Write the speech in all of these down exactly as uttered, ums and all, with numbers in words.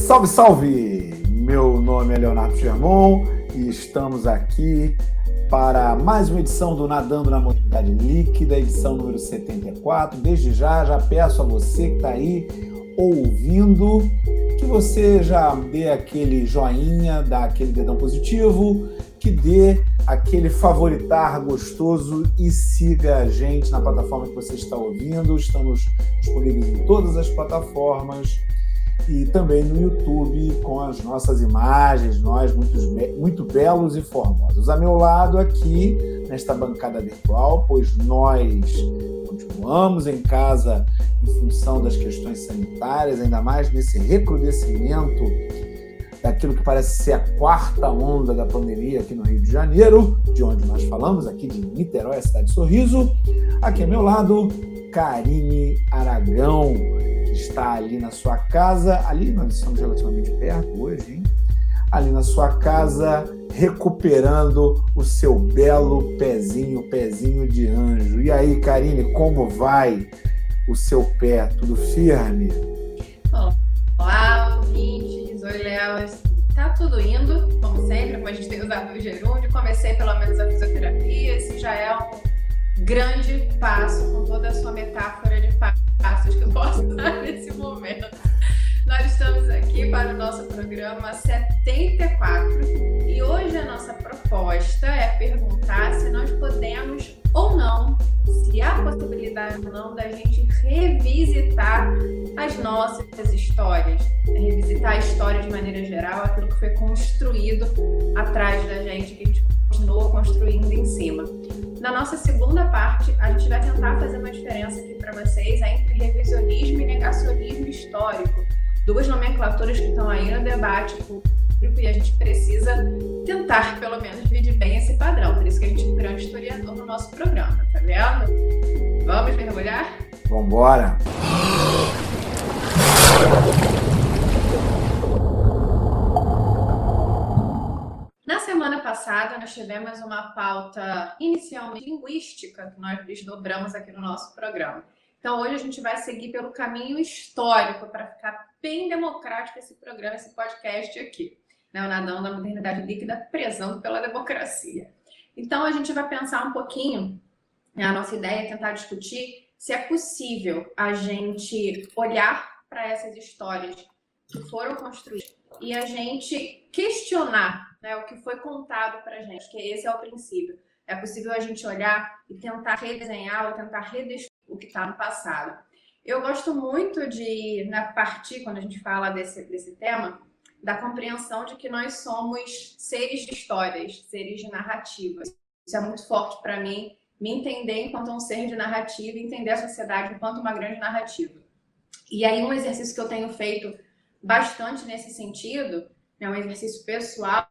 Salve, salve! Meu nome é Leonardo Germon e estamos aqui para mais uma edição do Nadando na Modernidade Líquida, edição número setenta e quatro. Desde já, já peço a você que está aí ouvindo que você já dê aquele joinha, dá aquele dedão positivo, que dê aquele favoritar gostoso e siga a gente na plataforma que você está ouvindo. Estamos disponíveis em todas as plataformas e também no YouTube com as nossas imagens, nós muito, muito belos e formosos. A meu lado aqui, nesta bancada virtual, pois nós continuamos em casa em função das questões sanitárias, ainda mais nesse recrudescimento daquilo que parece ser a quarta onda da pandemia aqui no Rio de Janeiro, de onde nós falamos, aqui de Niterói, a cidade de Sorriso. Aqui ao meu lado, Karine Aragão, que está ali na sua casa. Ali nós estamos relativamente perto hoje, hein? Ali na sua casa, recuperando o seu belo pezinho, pezinho de anjo. E aí, Karine, como vai o seu pé? Tudo firme? Olá, ouvintes. Oi, Léo. Tá tudo indo, como sempre, como a gente tem usado o gerúndio. Comecei pelo menos a fisioterapia. Esse já é um grande passo, com toda a sua metáfora de passos que eu posso dar nesse momento. Nós estamos aqui para o nosso programa setenta e quatro e hoje a nossa proposta é perguntar se nós podemos ou não, se há possibilidade ou não da gente revisitar as nossas histórias, revisitar a história de maneira geral, aquilo que foi construído atrás da gente, que a gente continua construindo em cima. Na nossa segunda parte, a gente vai tentar fazer uma diferença aqui para vocês entre revisionismo e negacionismo histórico. Duas nomenclaturas que estão aí no debate público e a gente precisa tentar, pelo menos, dividir bem esse padrão. Por isso que a gente criou um historiador no nosso programa, tá vendo? Vamos mergulhar? Vambora! Na semana passada, nós tivemos uma pauta inicialmente linguística que nós desdobramos aqui no nosso programa. Então, hoje a gente vai seguir pelo caminho histórico para ficar bem democrático esse programa, esse podcast aqui, né? O Nadando na Modernidade Líquida, prezando pela democracia. Então, a gente vai pensar um pouquinho, né? A nossa ideia é tentar discutir se é possível a gente olhar para essas histórias que foram construídas e a gente questionar, né, o que foi contado para a gente, que esse é o princípio. É possível a gente olhar e tentar redesenhar ou tentar redescobrir o que está no passado. Eu gosto muito de, na partir, quando a gente fala desse, desse tema, da compreensão de que nós somos seres de histórias, seres de narrativas. Isso é muito forte para mim, me entender enquanto um ser de narrativa e entender a sociedade enquanto uma grande narrativa. E aí um exercício que eu tenho feito bastante nesse sentido, né, um exercício pessoal,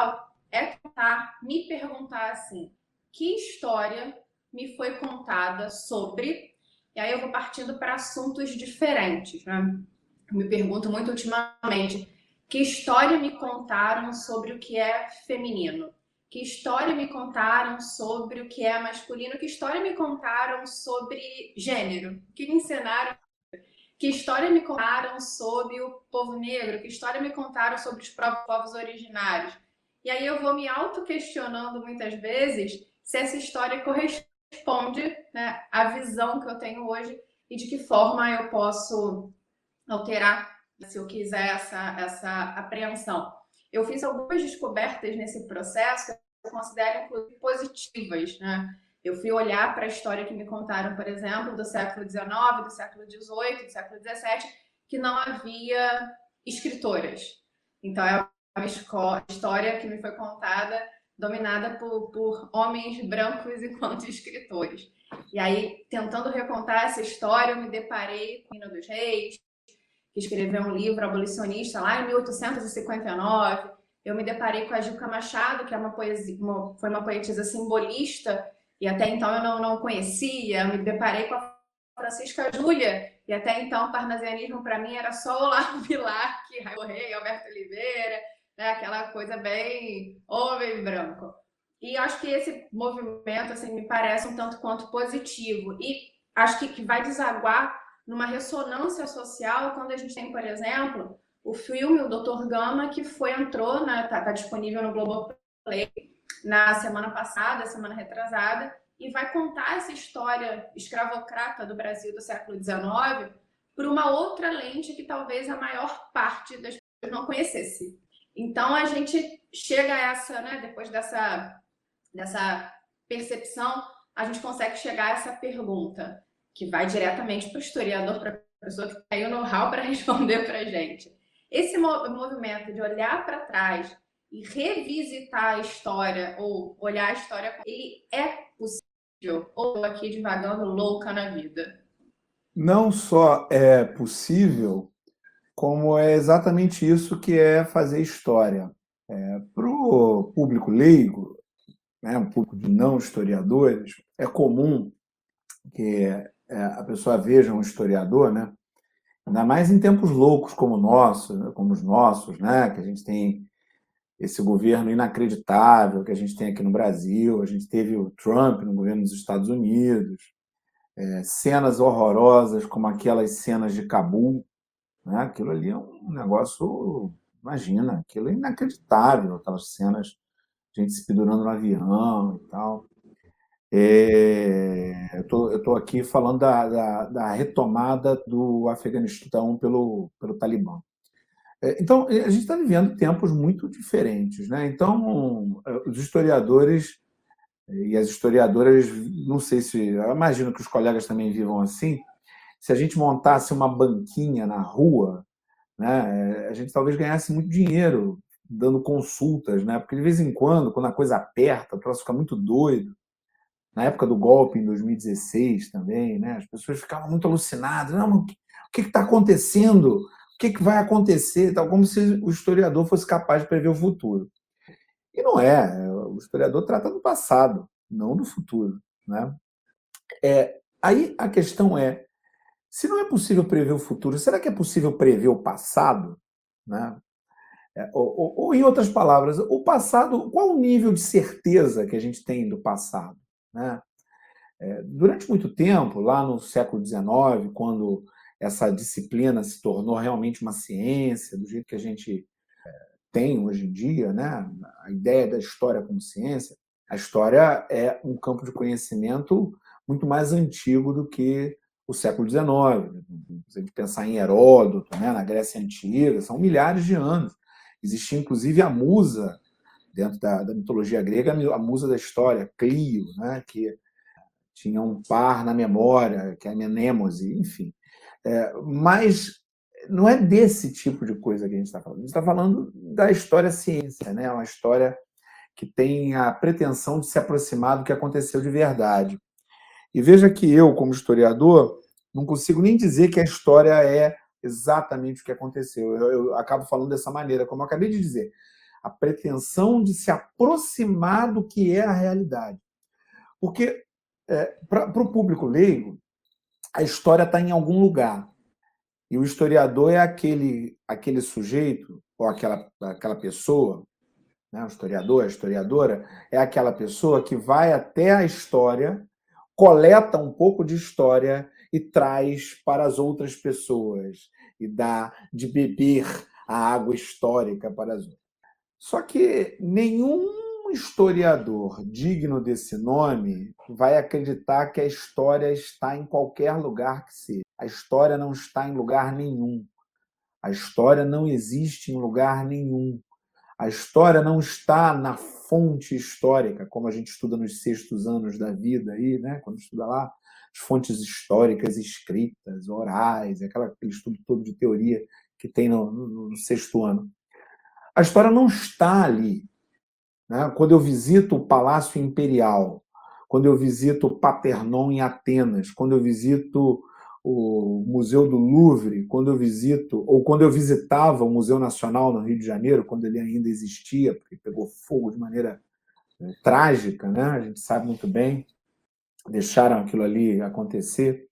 é tentar me perguntar assim, que história me foi contada sobre, e aí eu vou partindo para assuntos diferentes, né? Eu me pergunto muito ultimamente, que história me contaram sobre o que é feminino? Que história me contaram sobre o que é masculino? Que história me contaram sobre gênero? Que me ensinaram? Que história me contaram sobre o povo negro? Que história me contaram sobre os próprios povos originários? E aí eu vou me auto-questionando muitas vezes se essa história corresponde responde, né, a visão que eu tenho hoje e de que forma eu posso alterar, se eu quiser, essa, essa apreensão. Eu fiz algumas descobertas nesse processo que eu considero, inclusive, positivas, né? Eu fui olhar para a história que me contaram, por exemplo, do século dezenove, do século dezoito, do século dezessete, que não havia escritoras. Então, é uma história que me foi contada dominada por, por homens brancos enquanto escritores. E aí, tentando recontar essa história, eu me deparei com Hino dos Reis, que escreveu um livro abolicionista lá em mil oitocentos e cinquenta e nove. Eu me deparei com a Gilca Machado, que é uma poesia, uma, foi uma poetisa simbolista, e até então eu não, não conhecia. Eu me deparei com a Francisca Júlia, e até então o parnasianismo para mim era só Olavo Bilac, Raimundo Rei, Alberto Oliveira, né, aquela coisa bem homem branco. E acho que esse movimento assim, me parece um tanto quanto positivo. E acho que, que vai desaguar numa ressonância social quando a gente tem, por exemplo, o filme, o doutor Gama, que foi, entrou, né, tá, tá disponível no Globoplay na semana passada, semana retrasada, e vai contar essa história escravocrata do Brasil do século dezenove por uma outra lente que talvez a maior parte das pessoas não conhecesse. Então a gente chega a essa, né, depois dessa, dessa percepção, a gente consegue chegar a essa pergunta, que vai diretamente para o historiador, para a pessoa que tem o know-how para responder para a gente. Esse movimento de olhar para trás e revisitar a história, ou olhar a história, ele é possível? Ou eu aqui divagando louca na vida? Não só é possível, como é exatamente isso que é fazer história. É, para o público leigo, né, um público de não historiadores, é comum que é, a pessoa veja um historiador, né, ainda mais em tempos loucos como o nosso, né, como os nossos, né, que a gente tem esse governo inacreditável que a gente tem aqui no Brasil, a gente teve o Trump no governo dos Estados Unidos, é, cenas horrorosas como aquelas cenas de Cabul, né, aquilo ali é um negócio, imagina, aquilo é inacreditável, aquelas cenas, gente se pendurando no avião e tal. É, eu tô, estou aqui falando da, da, da retomada do Afeganistão pelo, pelo Talibã. É, então, a gente está vivendo tempos muito diferentes, né? Então, os historiadores e as historiadoras, não sei se... Eu imagino que os colegas também vivam assim. Se a gente montasse uma banquinha na rua, né, a gente talvez ganhasse muito dinheiro dando consultas, né? Porque de vez em quando, quando a coisa aperta, o troço fica muito doido. Na época do golpe, em dois mil e dezesseis também, né, as pessoas ficavam muito alucinadas. Não, o que está acontecendo? O que, que vai acontecer? Tal, como se o historiador fosse capaz de prever o futuro. E não é. O historiador trata do passado, não do futuro, né? É, aí a questão é, se não é possível prever o futuro, será que é possível prever o passado? Né? É, ou, ou, ou, em outras palavras, o passado, qual o nível de certeza que a gente tem do passado? Né? É, durante muito tempo, lá no século dezenove, quando essa disciplina se tornou realmente uma ciência, do jeito que a gente é, tem hoje em dia, né? A ideia da história como ciência, a história é um campo de conhecimento muito mais antigo do que o século dezenove. Se a gente pensar em Heródoto, né, na Grécia Antiga, são milhares de anos. Existia, inclusive, a musa, dentro da, da mitologia grega, a musa da história, Clio, né, que tinha um par na memória, que é a Menêmose, enfim. É, mas não é desse tipo de coisa que a gente está falando. A gente está falando da história-ciência, né, uma história que tem a pretensão de se aproximar do que aconteceu de verdade. E veja que eu, como historiador, não consigo nem dizer que a história é exatamente o que aconteceu. Eu, eu acabo falando dessa maneira, como eu acabei de dizer. A pretensão de se aproximar do que é a realidade. Porque, é, para o público leigo, a história está em algum lugar. E o historiador é aquele, aquele sujeito, ou aquela, aquela pessoa, né? O historiador, a historiadora, é aquela pessoa que vai até a história, coleta um pouco de história e traz para as outras pessoas, e dá de beber a água histórica para as outras. Só que nenhum historiador digno desse nome vai acreditar que a história está em qualquer lugar que seja. A história não está em lugar nenhum. A história não existe em lugar nenhum. A história não está na fonte histórica, como a gente estuda nos sextos anos da vida, aí, né? Quando estuda lá as fontes históricas escritas, orais, aquela, aquele estudo todo de teoria que tem no, no, no sexto ano. A história não está ali. Né? Quando eu visito o Palácio Imperial, quando eu visito o Paternon em Atenas, quando eu visito o Museu do Louvre, quando eu visito, ou quando eu visitava o Museu Nacional no Rio de Janeiro, quando ele ainda existia, porque pegou fogo de maneira né, trágica, né? A gente sabe muito bem, deixaram aquilo ali acontecer.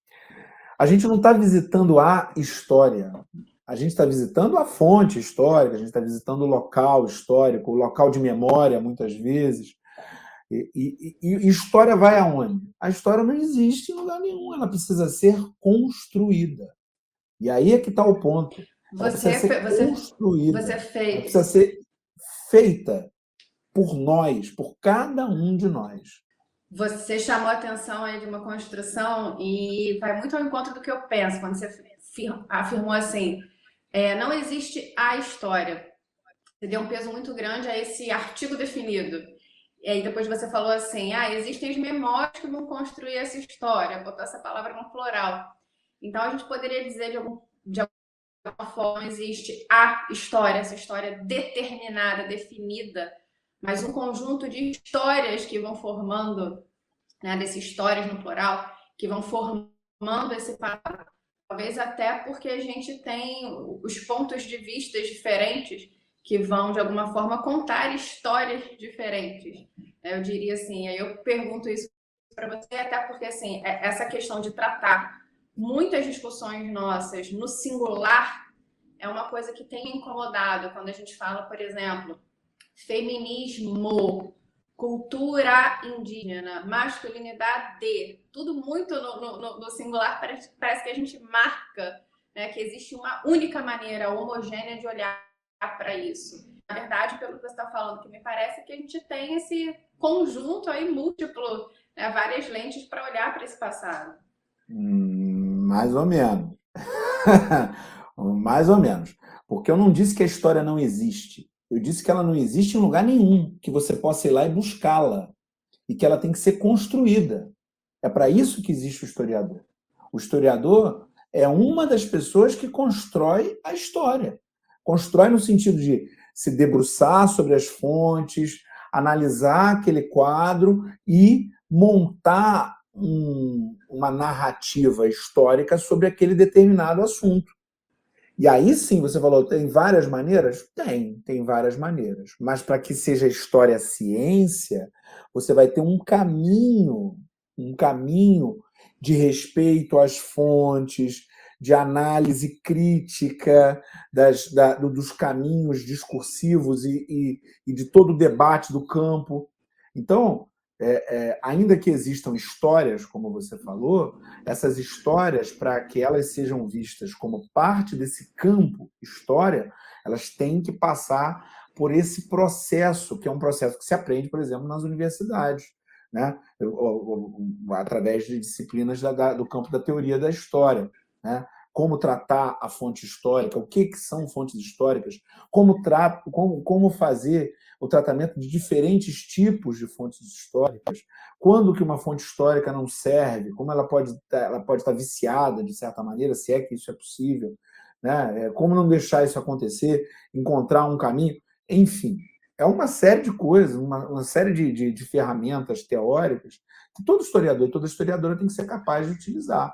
A gente não está visitando a história, a gente está visitando a fonte histórica, a gente está visitando o local histórico, o local de memória, muitas vezes. E, e, e história vai aonde? A história não existe em lugar nenhum, ela precisa ser construída. E aí é que está o ponto. Ela Você, precisa ser você, construída. você fez. Ela precisa ser feita por nós, por cada um de nós. Você chamou a atenção aí de uma construção e vai muito ao encontro do que eu penso quando você afirmou assim, é, não existe a história. Você deu um peso muito grande a esse artigo definido. E aí depois você falou assim, ah, existem as memórias que vão construir essa história, botou essa palavra no plural. Então a gente poderia dizer de, algum, de alguma forma existe a história, essa história determinada, definida, mas um conjunto de histórias que vão formando, né, dessas histórias no plural, que vão formando esse padrão. Talvez até porque a gente tem os pontos de vista diferentes que vão, de alguma forma, contar histórias diferentes. Eu diria assim, aí eu pergunto isso para você, até porque assim, essa questão de tratar muitas discussões nossas no singular é uma coisa que tem incomodado quando a gente fala, por exemplo, feminismo, cultura indígena, masculinidade, tudo muito no, no, no singular, parece, parece que a gente marca, né, que existe uma única maneira homogênea de olhar para isso. Na verdade, pelo que você está falando, que me parece que a gente tem esse conjunto aí múltiplo, né, várias lentes para olhar para esse passado. Hum, mais ou menos. Mais ou menos. Porque eu não disse que a história não existe. Eu disse que ela não existe em lugar nenhum, que você possa ir lá e buscá-la. E que ela tem que ser construída. É para isso que existe o historiador. O historiador é uma das pessoas que constrói a história. Constrói no sentido de se debruçar sobre as fontes, analisar aquele quadro e montar um, uma narrativa histórica sobre aquele determinado assunto. E aí sim, você falou, tem várias maneiras? Tem, tem várias maneiras. Mas para que seja história ciência, você vai ter um caminho, um caminho de respeito às fontes, de análise crítica das, da, dos caminhos discursivos e, e, e de todo o debate do campo. Então, é, é, ainda que existam histórias, como você falou, essas histórias, para que elas sejam vistas como parte desse campo história, elas têm que passar por esse processo, que é um processo que se aprende, por exemplo, nas universidades, né? Através de disciplinas da, da, do campo da teoria da história, né? Como tratar a fonte histórica, o que, que são fontes históricas, como, tra como, como fazer o tratamento de diferentes tipos de fontes históricas, quando que uma fonte histórica não serve, como ela pode, ela pode estar viciada, de certa maneira, se é que isso é possível, né? Como não deixar isso acontecer, encontrar um caminho, enfim. É uma série de coisas, uma, uma série de, de, de ferramentas teóricas que todo historiador e toda historiadora tem que ser capaz de utilizar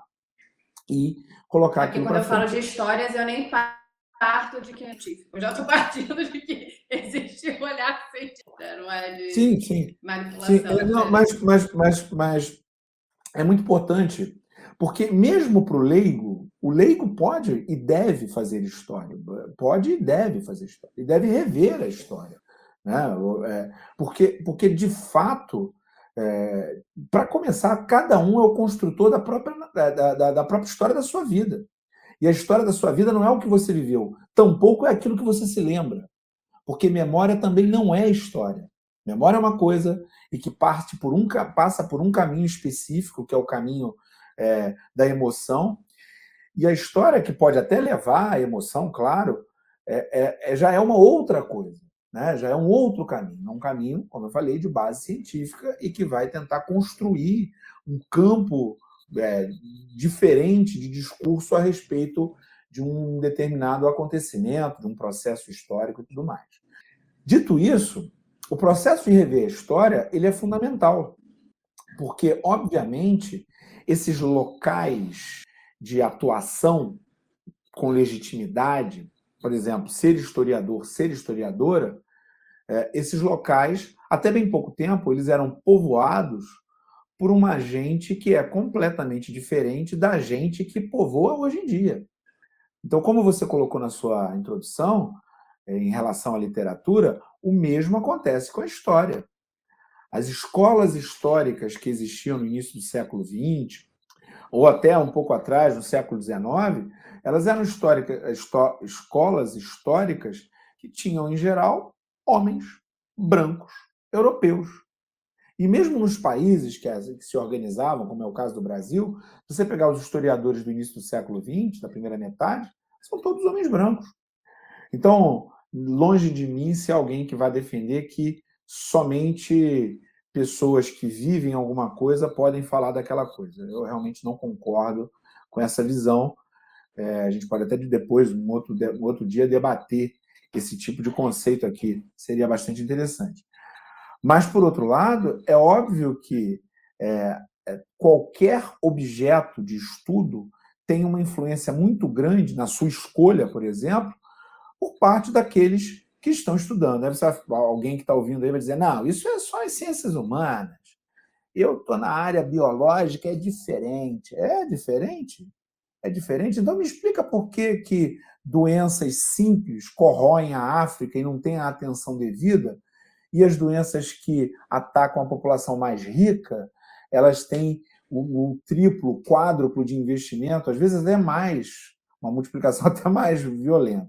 e colocar aqui aquilo quando eu frente. falo de histórias, eu nem parto de que é científico. Eu já estou partindo de que existe um olhar científico, não é de sim, sim. manipulação. Sim. Não, mas, mas, mas, mas é muito importante, porque mesmo para o leigo, o leigo pode e deve fazer história. Pode e deve fazer história. E deve rever a história. Né? Porque, porque, de fato, é, para começar, cada um é o construtor da própria, da, da, da própria história da sua vida. E a história da sua vida não é o que você viveu, tampouco é aquilo que você se lembra. Porque memória também não é história. Memória é uma coisa e que parte por um, passa por um caminho específico, que é o caminho é, da emoção. E a história, que pode até levar à emoção, claro, é, é, já é uma outra coisa. Né? Já é um outro caminho. Um caminho, como eu falei, de base científica e que vai tentar construir um campo é, diferente de discurso a respeito de um determinado acontecimento, de um processo histórico e tudo mais. Dito isso, o processo de rever a história ele é fundamental, porque, obviamente, esses locais de atuação com legitimidade, por exemplo, ser historiador, ser historiadora, esses locais, até bem pouco tempo, eles eram povoados por uma gente que é completamente diferente da gente que povoa hoje em dia. Então, como você colocou na sua introdução, em relação à literatura, o mesmo acontece com a história. As escolas históricas que existiam no início do século vinte, ou até um pouco atrás, no século dezenove, elas eram histórica, histó, escolas históricas que tinham, em geral, homens brancos, europeus. E mesmo nos países que, que se organizavam, como é o caso do Brasil, se você pegar os historiadores do início do século vinte, da primeira metade, são todos homens brancos. Então, longe de mim ser alguém que vai defender que somente pessoas que vivem alguma coisa podem falar daquela coisa. Eu realmente não concordo com essa visão. É, a gente pode até depois, um outro, um outro dia, debater esse tipo de conceito aqui. Seria bastante interessante. Mas, por outro lado, é óbvio que é, qualquer objeto de estudo tem uma influência muito grande na sua escolha, por exemplo, por parte daqueles que estão estudando. Deve ser alguém que está ouvindo aí vai dizer, não, isso é só as ciências humanas. Eu estou na área biológica, é diferente. É diferente? É diferente? Então me explica por que, que doenças simples corroem a África e não têm a atenção devida, e as doenças que atacam a população mais rica, elas têm o, o triplo, o quádruplo de investimento, às vezes até mais, uma multiplicação até mais violenta.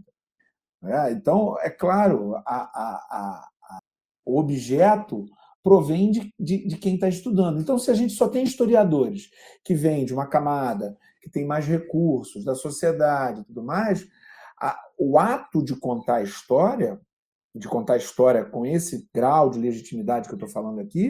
É, então, é claro, a, a, a, a, o objeto provém de, de, de quem está estudando. Então, se a gente só tem historiadores que vêm de uma camada que tem mais recursos da sociedade e tudo mais, a, o ato de contar a história, de contar a história com esse grau de legitimidade que eu estou falando aqui,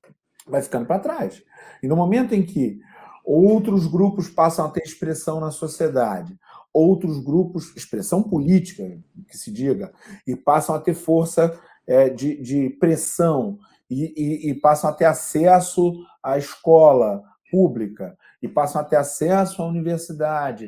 vai ficando para trás. E no momento em que outros grupos passam a ter expressão na sociedade, outros grupos, expressão política, que se diga, e passam a ter força é, de, de pressão, e, e, e passam a ter acesso à escola pública, e passam a ter acesso à universidade,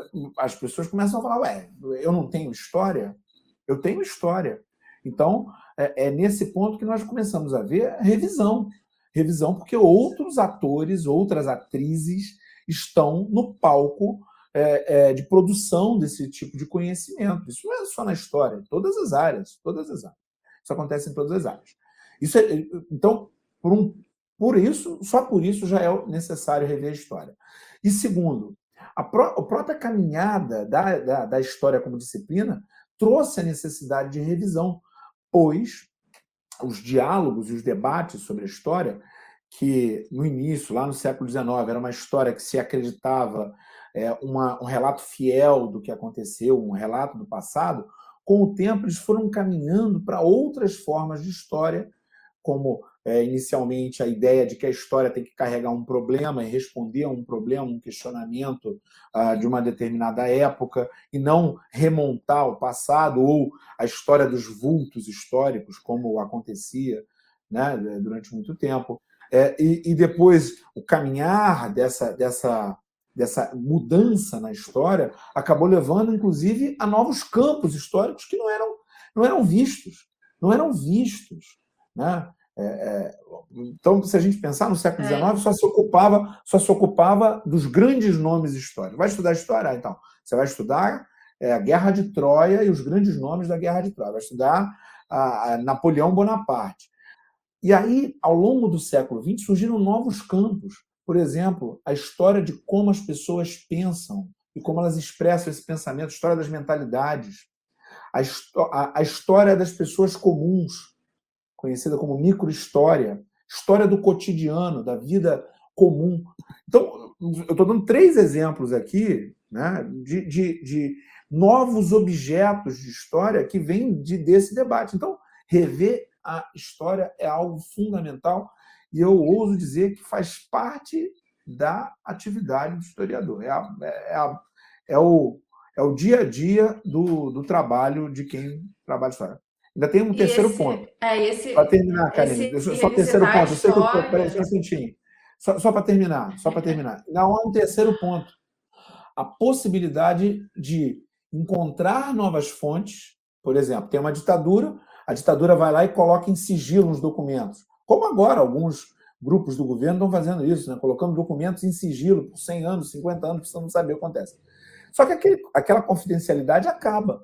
as pessoas começam a falar, ué, eu não tenho história? Eu tenho história. Então, é, é nesse ponto que nós começamos a ver revisão. Revisão porque outros atores, outras atrizes estão no palco é, é, de produção desse tipo de conhecimento. Isso não é só na história, em todas as áreas, todas as áreas. Isso acontece em todas as áreas. Isso é, então, por, um, por isso, só por isso já é necessário rever a história. E segundo, a, pró a própria caminhada da, da, da história como disciplina trouxe a necessidade de revisão, pois os diálogos e os debates sobre a história, que no início, lá no século dezenove, era uma história que se acreditava é, uma, um relato fiel do que aconteceu, um relato do passado, com o tempo eles foram caminhando para outras formas de história, como é, inicialmente a ideia de que a história tem que carregar um problema e responder a um problema, um questionamento ah, de uma determinada época, e não remontar ao passado ou a história dos vultos históricos, como acontecia, né, durante muito tempo. É, e, e depois o caminhar dessa, dessa, dessa mudança na história acabou levando, inclusive, a novos campos históricos que não eram, não eram vistos. Não eram vistos, né? É, é, então, se a gente pensar no século dezenove, só se ocupava, só se ocupava dos grandes nomes históricos. Vai estudar história? Então, você vai estudar é, a Guerra de Troia e os grandes nomes da Guerra de Troia. Vai estudar a, a Napoleão Bonaparte. E aí, ao longo do século vinte, surgiram novos campos. Por exemplo, a história de como as pessoas pensam e como elas expressam esse pensamento, a história das mentalidades, a, a, a história das pessoas comuns, conhecida como microhistória, história do cotidiano, da vida comum. Então, eu estou dando três exemplos aqui, né, de, de, de novos objetos de história que vêm de, desse debate. Então, rever a história é algo fundamental e eu ouso dizer que faz parte da atividade do historiador. É, a, é, a, é, o, é o dia a dia do, do trabalho de quem trabalha história. Ainda tem um terceiro esse, ponto. É esse, para terminar, Karine. Só, só terceiro ponto. Eu sei que eu tô, peraí, só um instantinho. Só, só para terminar. Só para terminar. Não, há um terceiro ponto. A possibilidade de encontrar novas fontes. Por exemplo, tem uma ditadura, a ditadura vai lá e coloca em sigilo os documentos. Como agora alguns grupos do governo estão fazendo isso, né? Colocando documentos em sigilo por cem anos, cinquenta anos, precisando não saber o que acontece. Só que aquele, aquela confidencialidade acaba.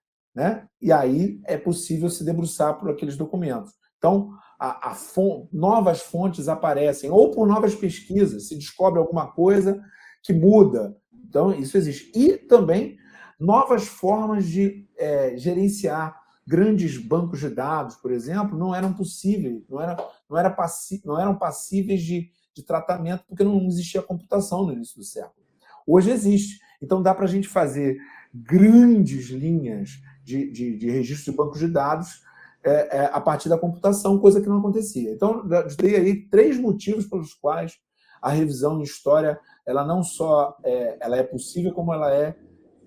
Né? E aí é possível se debruçar por aqueles documentos. Então, a, a font, novas fontes aparecem, ou por novas pesquisas, se descobre alguma coisa que muda. Então, isso existe. E também novas formas de é, gerenciar grandes bancos de dados, por exemplo, não eram possíveis, não, era, não, era passi, não eram passíveis de, de tratamento, porque não existia computação no início do século. Hoje existe. Então, dá para a gente fazer grandes linhas de, de, de registro de bancos de dados é, é, a partir da computação, coisa que não acontecia. Então, eu dei aí três motivos pelos quais a revisão em história ela não só é, ela é possível, como ela é,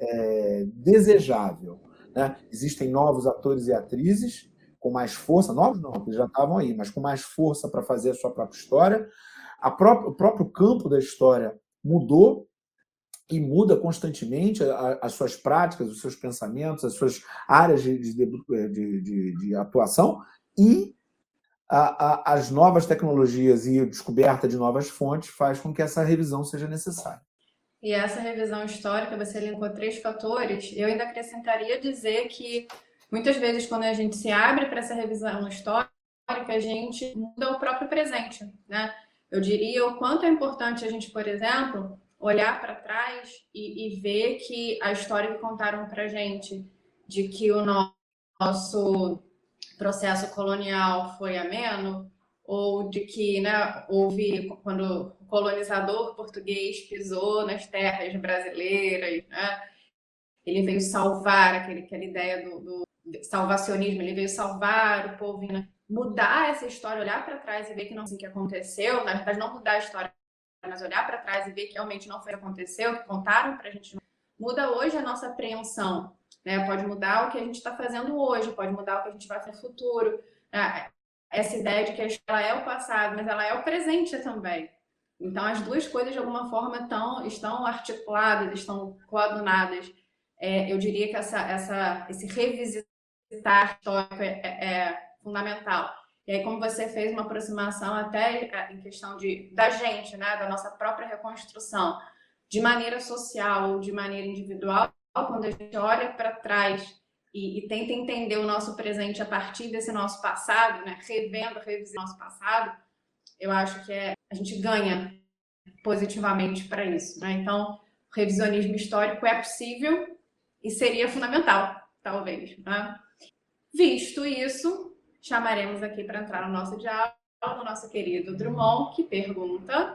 é desejável. Né? Existem novos atores e atrizes com mais força, novos não, eles já estavam aí, mas com mais força para fazer a sua própria história. A própria, o próprio campo da história mudou e muda constantemente as suas práticas, os seus pensamentos, as suas áreas de, de, de, de, de atuação e a, a, as novas tecnologias e a descoberta de novas fontes faz com que essa revisão seja necessária. E essa revisão histórica, você elencou três fatores, eu ainda acrescentaria dizer que muitas vezes quando a gente se abre para essa revisão histórica, a gente muda o próprio presente, né? Eu diria o quanto é importante a gente, por exemplo, olhar para trás e, e ver que a história que contaram para a gente de que o nosso processo colonial foi ameno, ou de que, né, houve, quando o colonizador português pisou nas terras brasileiras, né, ele veio salvar aquele, aquela ideia do, do salvacionismo, ele veio salvar o povo, né, mudar essa história, olhar para trás e ver que não foi o que aconteceu, na verdade não mudar a história, mas olhar para trás e ver que realmente não foi o que aconteceu, que contaram para a gente, muda hoje a nossa apreensão, né? Pode mudar o que a gente está fazendo hoje, pode mudar o que a gente vai fazer no futuro. Né? Essa ideia de que a história é o passado, mas ela é o presente também. Então, as duas coisas, de alguma forma, tão, estão articuladas, estão coadunadas. É, eu diria que essa, essa, esse revisitar histórico é, é, é fundamental. E aí, como você fez uma aproximação até em questão de, da gente, né, da nossa própria reconstrução, de maneira social ou de maneira individual, quando a gente olha para trás e, e tenta entender o nosso presente a partir desse nosso passado, né, revendo, revisando o nosso passado, eu acho que é, a gente ganha positivamente para isso. Né? Então, o revisionismo histórico é possível e seria fundamental, talvez. Né? Visto isso, chamaremos aqui para entrar no nosso diálogo o nosso querido Drummond, que pergunta...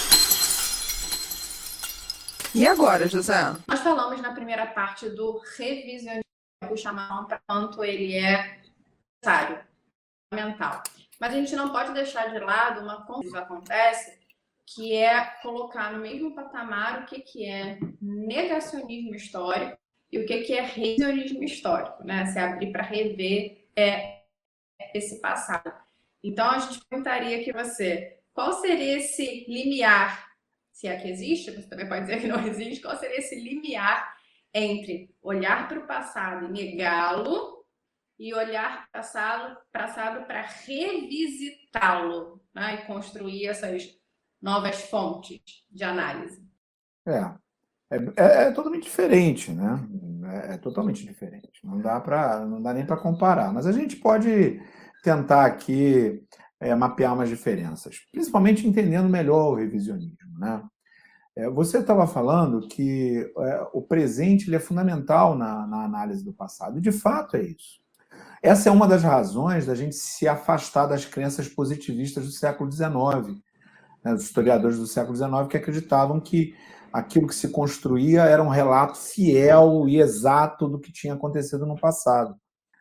E agora, José? Nós falamos na primeira parte do revisionismo, chamar para quanto ele é necessário, fundamental. Mas a gente não pode deixar de lado uma coisa que acontece, que é colocar no mesmo patamar o que, que é negacionismo histórico e o que, que é revisionismo histórico, né? Se abrir para rever é esse passado. Então, a gente perguntaria aqui você, qual seria esse limiar, se é que existe, você também pode dizer que não existe, qual seria esse limiar entre olhar para o passado e negá-lo e olhar para o passado para revisitá-lo, né? E construir essas novas fontes de análise? É, é, é, é totalmente diferente, né? É, é totalmente diferente. Não dá para, não dá nem para comparar. Mas a gente pode tentar aqui é, mapear umas diferenças, principalmente entendendo melhor o revisionismo, né? É, você estava falando que é, o presente ele é fundamental na, na análise do passado. E de fato é isso. Essa é uma das razões da gente se afastar das crenças positivistas do século dezenove. Né, os historiadores do século dezenove que acreditavam que aquilo que se construía era um relato fiel e exato do que tinha acontecido no passado.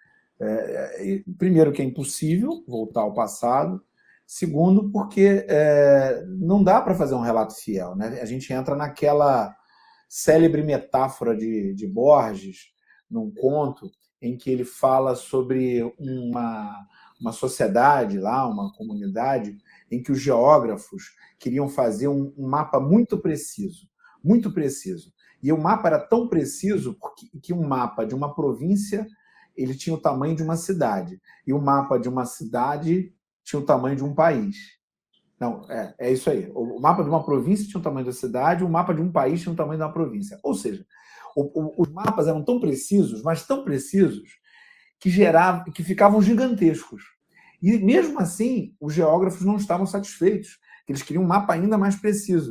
É, primeiro, que é impossível voltar ao passado. Segundo, porque é, não dá para fazer um relato fiel. Né? A gente entra naquela célebre metáfora de, de Borges, num conto, em que ele fala sobre uma, uma sociedade lá, uma comunidade, em que os geógrafos queriam fazer um, um mapa muito preciso, muito preciso. E o mapa era tão preciso porque, que um mapa de uma província ele tinha o tamanho de uma cidade, e o mapa de uma cidade tinha o tamanho de um país. Não, é, é isso aí. O mapa de uma província tinha o tamanho da cidade, o mapa de um país tinha o tamanho da província. Ou seja, o, o, os mapas eram tão precisos, mas tão precisos, que, geravam, que ficavam gigantescos. E, mesmo assim, os geógrafos não estavam satisfeitos. Eles queriam um mapa ainda mais preciso.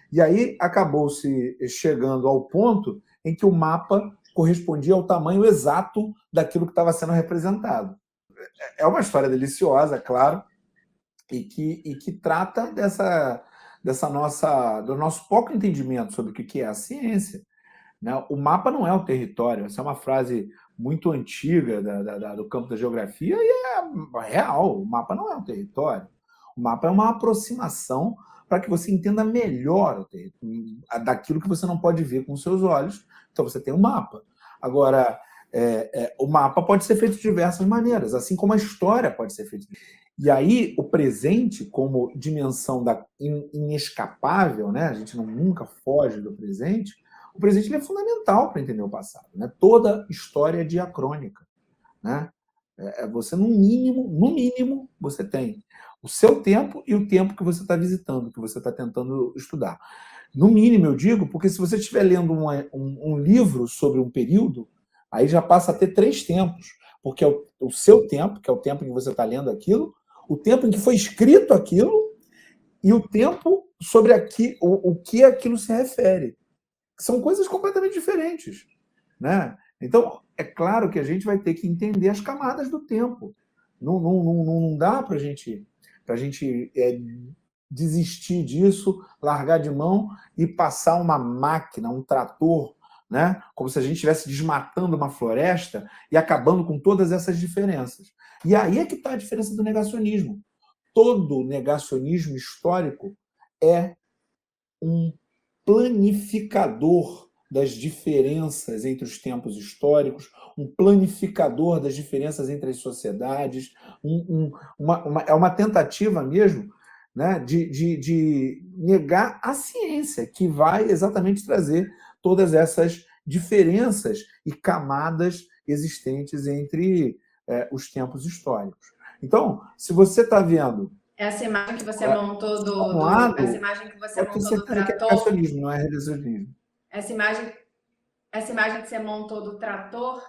E aí acabou-se chegando ao ponto em que o mapa correspondia ao tamanho exato daquilo que estava sendo representado. É uma história deliciosa, claro, e que, e que trata dessa, dessa nossa, do nosso pouco entendimento sobre o que é a ciência. Né? O mapa não é o território. Essa é uma frase muito antiga da, da, do campo da geografia e é real. O mapa não é o território. O mapa é uma aproximação para que você entenda melhor daquilo que você não pode ver com os seus olhos. Então você tem um mapa. Agora, é, é, o mapa pode ser feito de diversas maneiras, assim como a história pode ser feita. E aí, o presente, como dimensão da inescapável, né? A gente não, nunca foge do presente. O presente ele é fundamental para entender o passado. Né? Toda história é diacrônica. Né? É, você, no mínimo, no mínimo, você tem o seu tempo e o tempo que você está visitando, que você está tentando estudar. No mínimo, eu digo, porque se você estiver lendo um, um, um livro sobre um período, aí já passa a ter três tempos, porque é o, o seu tempo, que é o tempo em que você está lendo aquilo, o tempo em que foi escrito aquilo e o tempo sobre aqui, o, o que aquilo se refere. São coisas completamente diferentes. Né? Então, é claro que a gente vai ter que entender as camadas do tempo. Não, não, não, não dá para gente, a gente é, desistir disso, largar de mão e passar uma máquina, um trator, né? Como se a gente estivesse desmatando uma floresta e acabando com todas essas diferenças. E aí é que está a diferença do negacionismo. Todo negacionismo histórico é um planificador das diferenças entre os tempos históricos, um planificador das diferenças entre as sociedades, um, um, uma, uma, é uma tentativa mesmo, né, de, de, de negar a ciência, que vai exatamente trazer todas essas diferenças e camadas existentes entre é, os tempos históricos. Então, se você está vendo... Essa imagem que você é, montou do, um do lado, essa imagem que você montou do trator, que é negacionismo, não é reducionismo. Essa imagem, essa imagem que você montou do trator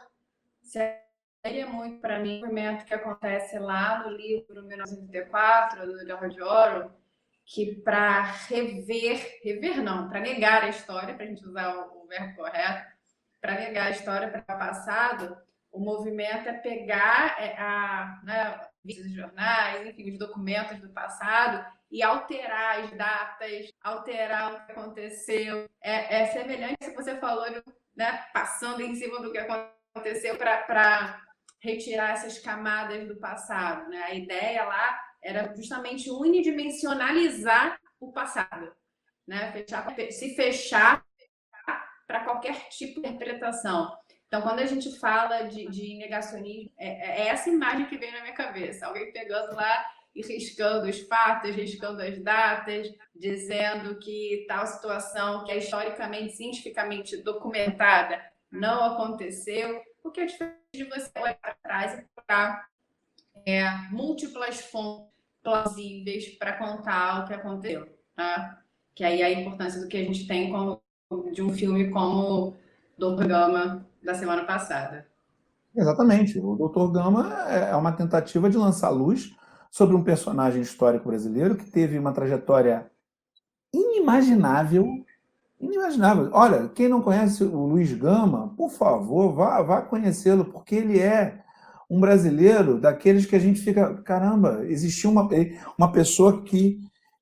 seria muito para mim o movimento que acontece lá no livro mil novecentos e oitenta e quatro do George Orwell, que para rever, rever não, para negar a história, para a gente usar o, o verbo correto, para negar a história para o passado, o movimento é pegar a, né, os jornais, enfim, os documentos do passado e alterar as datas, alterar o que aconteceu. É, é semelhante ao que você falou, né, passando em cima do que aconteceu para retirar essas camadas do passado. Né? A ideia lá era justamente unidimensionalizar o passado, né? Fechar, se fechar para qualquer tipo de interpretação. Então, quando a gente fala de, de negacionismo, é, é essa imagem que vem na minha cabeça. Alguém pegando lá e riscando os fatos, riscando as datas, dizendo que tal situação que é historicamente, cientificamente documentada não aconteceu, o que é diferente de você olhar para trás e procurar é, múltiplas fontes plausíveis para contar o que aconteceu. Tá? Que aí é a importância do que a gente tem como, de um filme como doutor Gama, da semana passada. Exatamente. O doutor Gama é uma tentativa de lançar luz sobre um personagem histórico brasileiro que teve uma trajetória inimaginável. Inimaginável. Olha, quem não conhece o Luiz Gama, por favor, vá, vá conhecê-lo, porque ele é um brasileiro daqueles que a gente fica... Caramba, existiu uma, uma pessoa que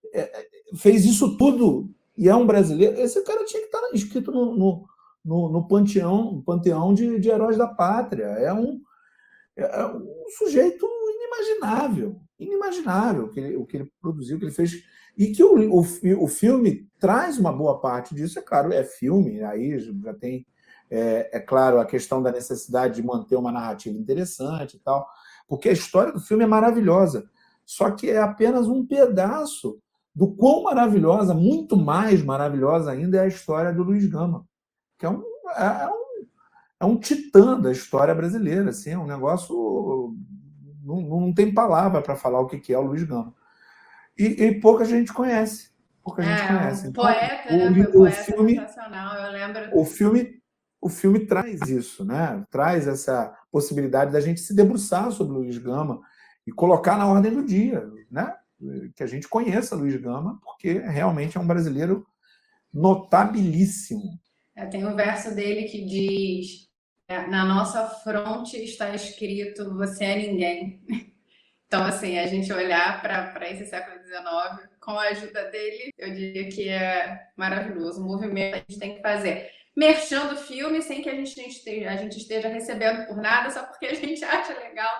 fez isso tudo e é um brasileiro. Esse cara tinha que estar inscrito no... no No, no panteão, panteão de, de heróis da pátria. É um, é um sujeito inimaginável, inimaginável o que, ele, o que ele produziu, o que ele fez. E que o, o, o filme traz uma boa parte disso, é claro, é filme, aí já tem, é, é claro, a questão da necessidade de manter uma narrativa interessante e tal, porque a história do filme é maravilhosa, só que é apenas um pedaço do quão maravilhosa, muito mais maravilhosa ainda, é a história do Luiz Gama, que é um, é, um, é um titã da história brasileira, assim, é um negócio... Não, não tem palavra para falar o que é o Luiz Gama. E, e pouca gente conhece. Pouca gente é, conhece. Um então, poeta, o, né? Foi o poeta filme, sensacional, eu lembro. O filme, o filme traz isso, né? Traz essa possibilidade da gente se debruçar sobre o Luiz Gama e colocar na ordem do dia, né? Que a gente conheça Luiz Gama, porque realmente é um brasileiro notabilíssimo. É, tem um verso dele que diz: é, na nossa fronte está escrito, você é ninguém. Então, assim, a gente olhar para esse século dezenove, com a ajuda dele, eu diria que é maravilhoso. O movimento a gente tem que fazer. Merchando filme sem que a gente esteja, a gente esteja recebendo por nada, só porque a gente acha legal.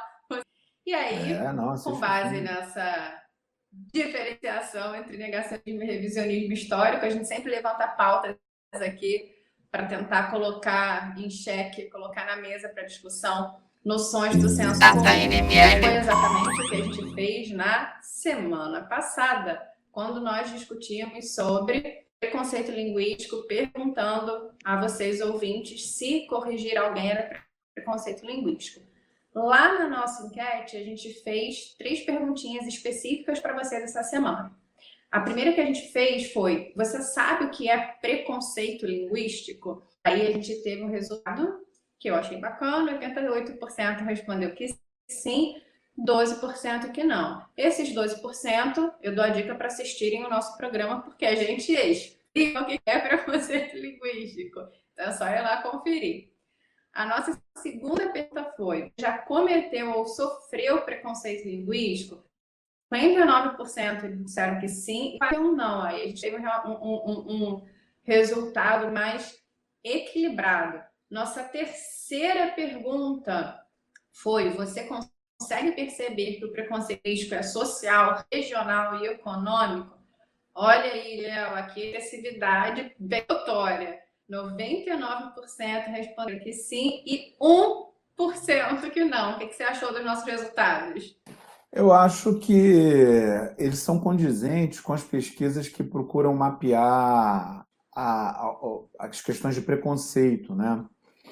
E aí, é, não, com base nessa diferenciação entre negacionismo e revisionismo histórico, a gente sempre levanta pautas aqui para tentar colocar em xeque, colocar na mesa para discussão noções do senso comum. Foi exatamente o que a gente fez na semana passada, quando nós discutimos sobre preconceito linguístico, perguntando a vocês, ouvintes, se corrigir alguém era preconceito linguístico. Lá na nossa enquete, a gente fez três perguntinhas específicas para vocês essa semana. A primeira que a gente fez foi: você sabe o que é preconceito linguístico? Aí a gente teve um resultado que eu achei bacana: oitenta e oito por cento respondeu que sim, doze por cento que não. Esses doze por cento eu dou a dica para assistirem o nosso programa, porque a gente explica o que é preconceito linguístico. Então é só ir lá conferir. A nossa segunda pergunta foi: já cometeu ou sofreu preconceito linguístico? cinquenta e nove por cento disseram que sim, e um não. Aí a gente teve um, um, um resultado mais equilibrado. Nossa terceira pergunta foi: você consegue perceber que o preconceito linguístico é social, regional e econômico? Olha aí, Léo, aqui agressividade bem notória. noventa e nove por cento responderam que sim e um por cento que não. O que você achou dos nossos resultados? Eu acho que eles são condizentes com as pesquisas que procuram mapear a, a, as questões de preconceito, né?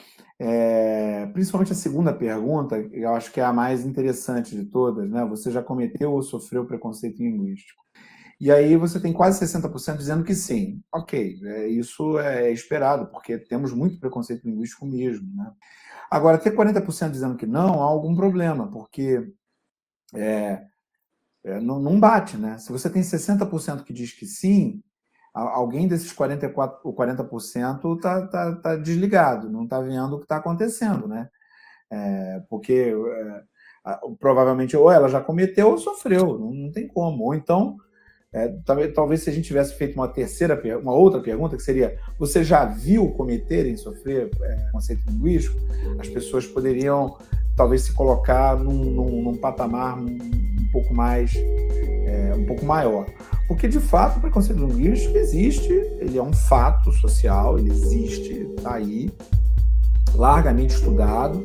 É, principalmente a segunda pergunta, eu acho que é a mais interessante de todas, né? Você já cometeu ou sofreu preconceito linguístico? E aí você tem quase sessenta por cento dizendo que sim. Ok, é, isso é esperado, porque temos muito preconceito linguístico mesmo, né? Agora, ter quarenta por cento dizendo que não, há algum problema, porque é, é, não, não bate, né? Se você tem sessenta por cento que diz que sim, alguém desses quarenta e quatro, ou quarenta por cento está tá, tá desligado, não está vendo o que está acontecendo, né? É, porque é, provavelmente ou ela já cometeu ou sofreu, não, não tem como. Ou então, é, talvez, talvez se a gente tivesse feito uma terceira, uma outra pergunta, que seria: você já viu cometerem sofrer é, conceito linguístico? As pessoas poderiam talvez se colocar num, num, num patamar um, um pouco mais, é, um pouco maior. Porque, de fato, o preconceito linguístico existe, ele é um fato social, ele existe, está aí, largamente estudado,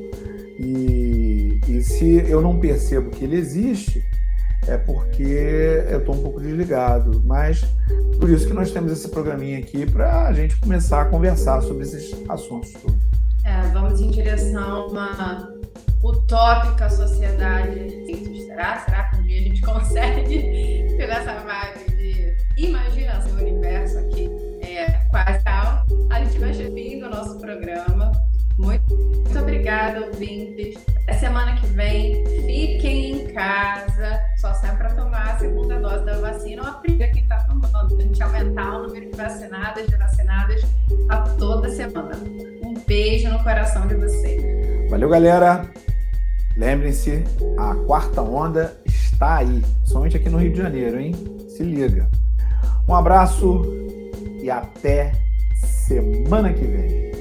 e, e se eu não percebo que ele existe, é porque eu estou um pouco desligado. Mas por isso que nós temos esse programinha aqui, para a gente começar a conversar sobre esses assuntos todos. É, vamos em direção a uma utópica sociedade. Será? Será que um dia a gente consegue ter essa vibe de imaginação do universo aqui? É quase tal. A gente vai chegando ao nosso programa. Muito, muito obrigada, ouvintes. Até semana que vem. Fiquem em casa. Só sai para tomar a segunda dose da vacina ou a primeira quem está tomando. A gente aumentar o número de vacinadas, de vacinadas a toda semana. Um beijo no coração de vocês. Valeu, galera. Lembrem-se, a quarta onda está aí, somente aqui no Rio de Janeiro, hein? Se liga. Um abraço e até semana que vem.